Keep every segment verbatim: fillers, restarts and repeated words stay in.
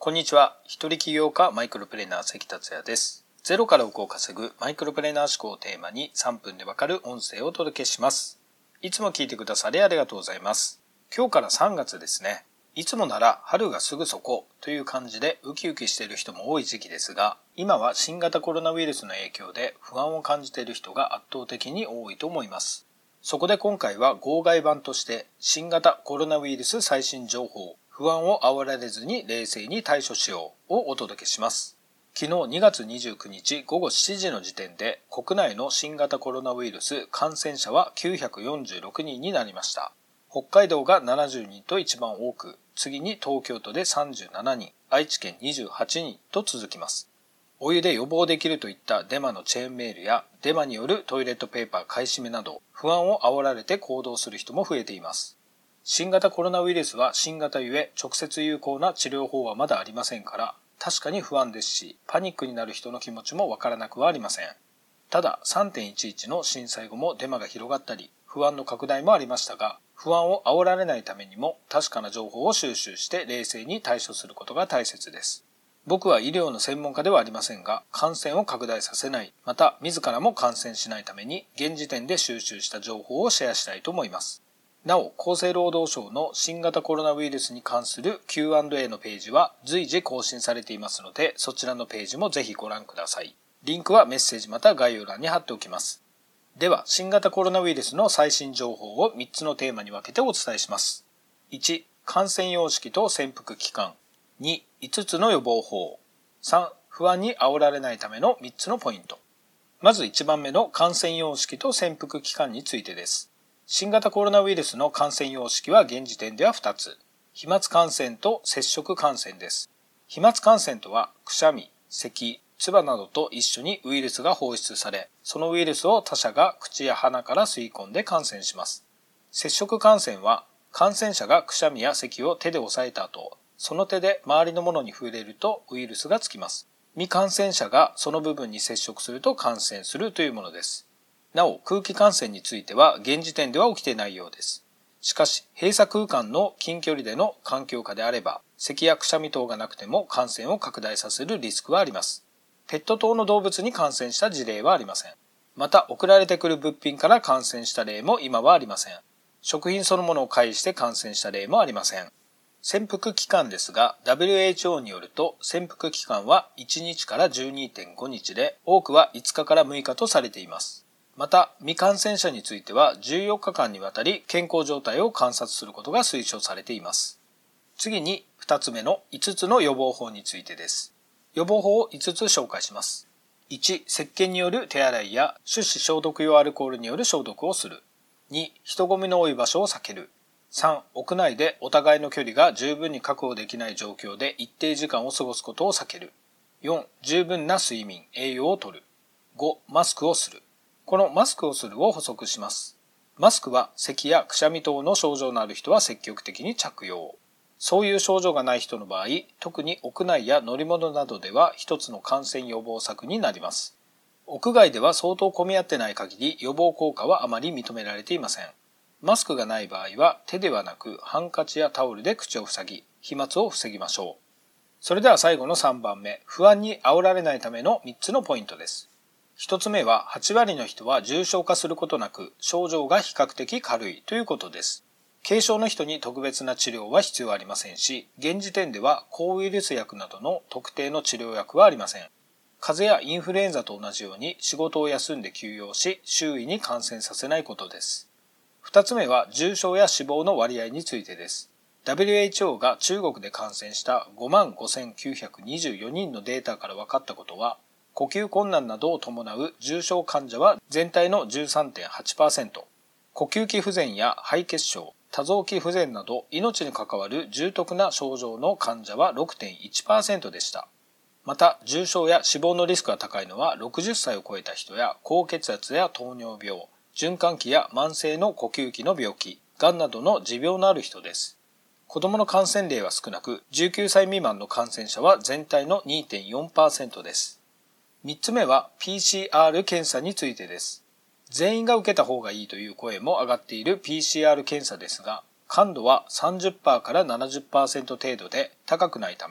こんにちは。一人起業家マイクロプレーナー関達也です。ゼロから億を稼ぐマイクロプレーナー思考をテーマにさんぷんでわかる音声をお届けします。いつも聞いてくださりありがとうございます。今日からさんがつですね。いつもなら春がすぐそこという感じでウキウキしている人も多い時期ですが、今は新型コロナウイルスの影響で不安を感じている人が圧倒的に多いと思います。そこで今回は号外版として新型コロナウイルス最新情報、不安を煽られずに冷静に対処しようをお届けします。昨日にがつにじゅうくにちごごしちじの時点で国内の新型コロナウイルス感染者はきゅうひゃくよんじゅうろくにんになりました。北海道がななじゅうにんと一番多く、次に東京都でさんじゅうななにん、愛知県にじゅうはちにんと続きます。お湯で予防できるといったデマのチェーンメールやデマによるトイレットペーパー買い占めなど不安を煽られて行動する人も増えています。新型コロナウイルスは新型ゆえ直接有効な治療法はまだありませんから、確かに不安ですし、パニックになる人の気持ちもわからなくはありません。ただ さんてんいちいち の震災後もデマが広がったり、不安の拡大もありましたが、不安を煽られないためにも確かな情報を収集して冷静に対処することが大切です。僕は医療の専門家ではありませんが、感染を拡大させない、また自らも感染しないために現時点で収集した情報をシェアしたいと思います。なお、厚生労働省の新型コロナウイルスに関する キューアンドエー のページは随時更新されていますので、そちらのページもぜひご覧ください。リンクはメッセージまた概要欄に貼っておきます。では、新型コロナウイルスの最新情報をみっつのテーマに分けてお伝えします。いち、感染様式と潜伏期間。に、いつつの予防法。さん、不安に煽られないためのみっつのポイント。まずいちばんめの感染様式と潜伏期間についてです。新型コロナウイルスの感染様式は現時点ではふたつ。飛沫感染と接触感染です。飛沫感染とは、くしゃみ、咳、唾などと一緒にウイルスが放出され、そのウイルスを他者が口や鼻から吸い込んで感染します。接触感染は、感染者がくしゃみや咳を手で押さえた後、その手で周りのものに触れるとウイルスがつきます。未感染者がその部分に接触すると感染するというものです。なお、空気感染については現時点では起きていないようです。しかし、閉鎖空間の近距離での環境下であれば、咳やくしゃみ等がなくても感染を拡大させるリスクはあります。ペット等の動物に感染した事例はありません。また、送られてくる物品から感染した例も今はありません。食品そのものを介して感染した例もありません。潜伏期間ですが、ダブリューエイチオー によると、潜伏期間はいちにちから じゅうにてんごにちで、多くはいつかからむいかとされています。また、未感染者についてはじゅうよっかかんにわたり健康状態を観察することが推奨されています。次にふたつめのいつつの予防法についてです。予防法をいつつ紹介します。いち、石鹸による手洗いや手指消毒用アルコールによる消毒をする。に、人混みの多い場所を避ける。さん、屋内でお互いの距離が十分に確保できない状況で一定時間を過ごすことを避ける。よん、十分な睡眠、栄養をとる。ご、マスクをする。このマスクをするを補足します。マスクは咳やくしゃみ等の症状のある人は積極的に着用。そういう症状がない人の場合、特に屋内や乗り物などでは一つの感染予防策になります。屋外では相当混み合ってない限り予防効果はあまり認められていません。マスクがない場合は手ではなくハンカチやタオルで口を塞ぎ、飛沫を防ぎましょう。それでは最後のさんばんめ、不安に煽られないためのみっつのポイントです。ひとつめははちわりの人は重症化することなく症状が比較的軽いということです。軽症の人に特別な治療は必要ありませんし、現時点では抗ウイルス薬などの特定の治療薬はありません。風邪やインフルエンザと同じように仕事を休んで休養し、周囲に感染させないことです。ふたつめは重症や死亡の割合についてです。ダブリューエイチオー が中国で感染したごまんごせんきゅうひゃくにじゅうよにんのデータから分かったことは、呼吸困難などを伴う重症患者は全体の じゅうさんてんはちパーセント、呼吸器不全や肺血症、多臓器不全など命に関わる重篤な症状の患者は ろくてんいちパーセント でした。また、重症や死亡のリスクが高いのはろくじゅっさいを超えた人や高血圧や糖尿病、循環器や慢性の呼吸器の病気、がんなどの持病のある人です。子供の感染例は少なく、じゅうきゅうさい未満の感染者は全体の にてんよんパーセント です。みっつめは ピーシーアール 検査についてです。全員が受けた方がいいという声も上がっている ピーシーアール 検査ですが、感度は さんじゅっパーセント から ななじゅっパーセント 程度で高くないため、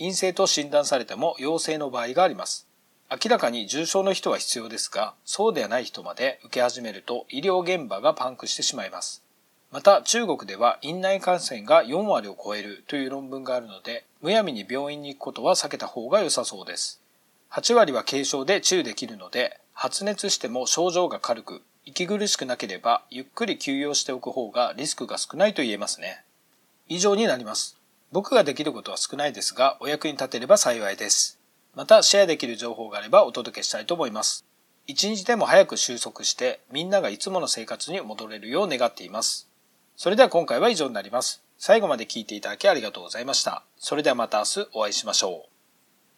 陰性と診断されても陽性の場合があります。明らかに重症の人は必要ですが、そうではない人まで受け始めると医療現場がパンクしてしまいます。また中国では院内感染がよんわりを超えるという論文があるので、むやみに病院に行くことは避けた方が良さそうです。はちわりは軽症で治癒できるので、発熱しても症状が軽く、息苦しくなければゆっくり休養しておく方がリスクが少ないと言えますね。以上になります。僕ができることは少ないですが、お役に立てれば幸いです。またシェアできる情報があればお届けしたいと思います。一日でも早く収束して、みんながいつもの生活に戻れるよう願っています。それでは今回は以上になります。最後まで聞いていただきありがとうございました。それではまた明日お会いしましょう。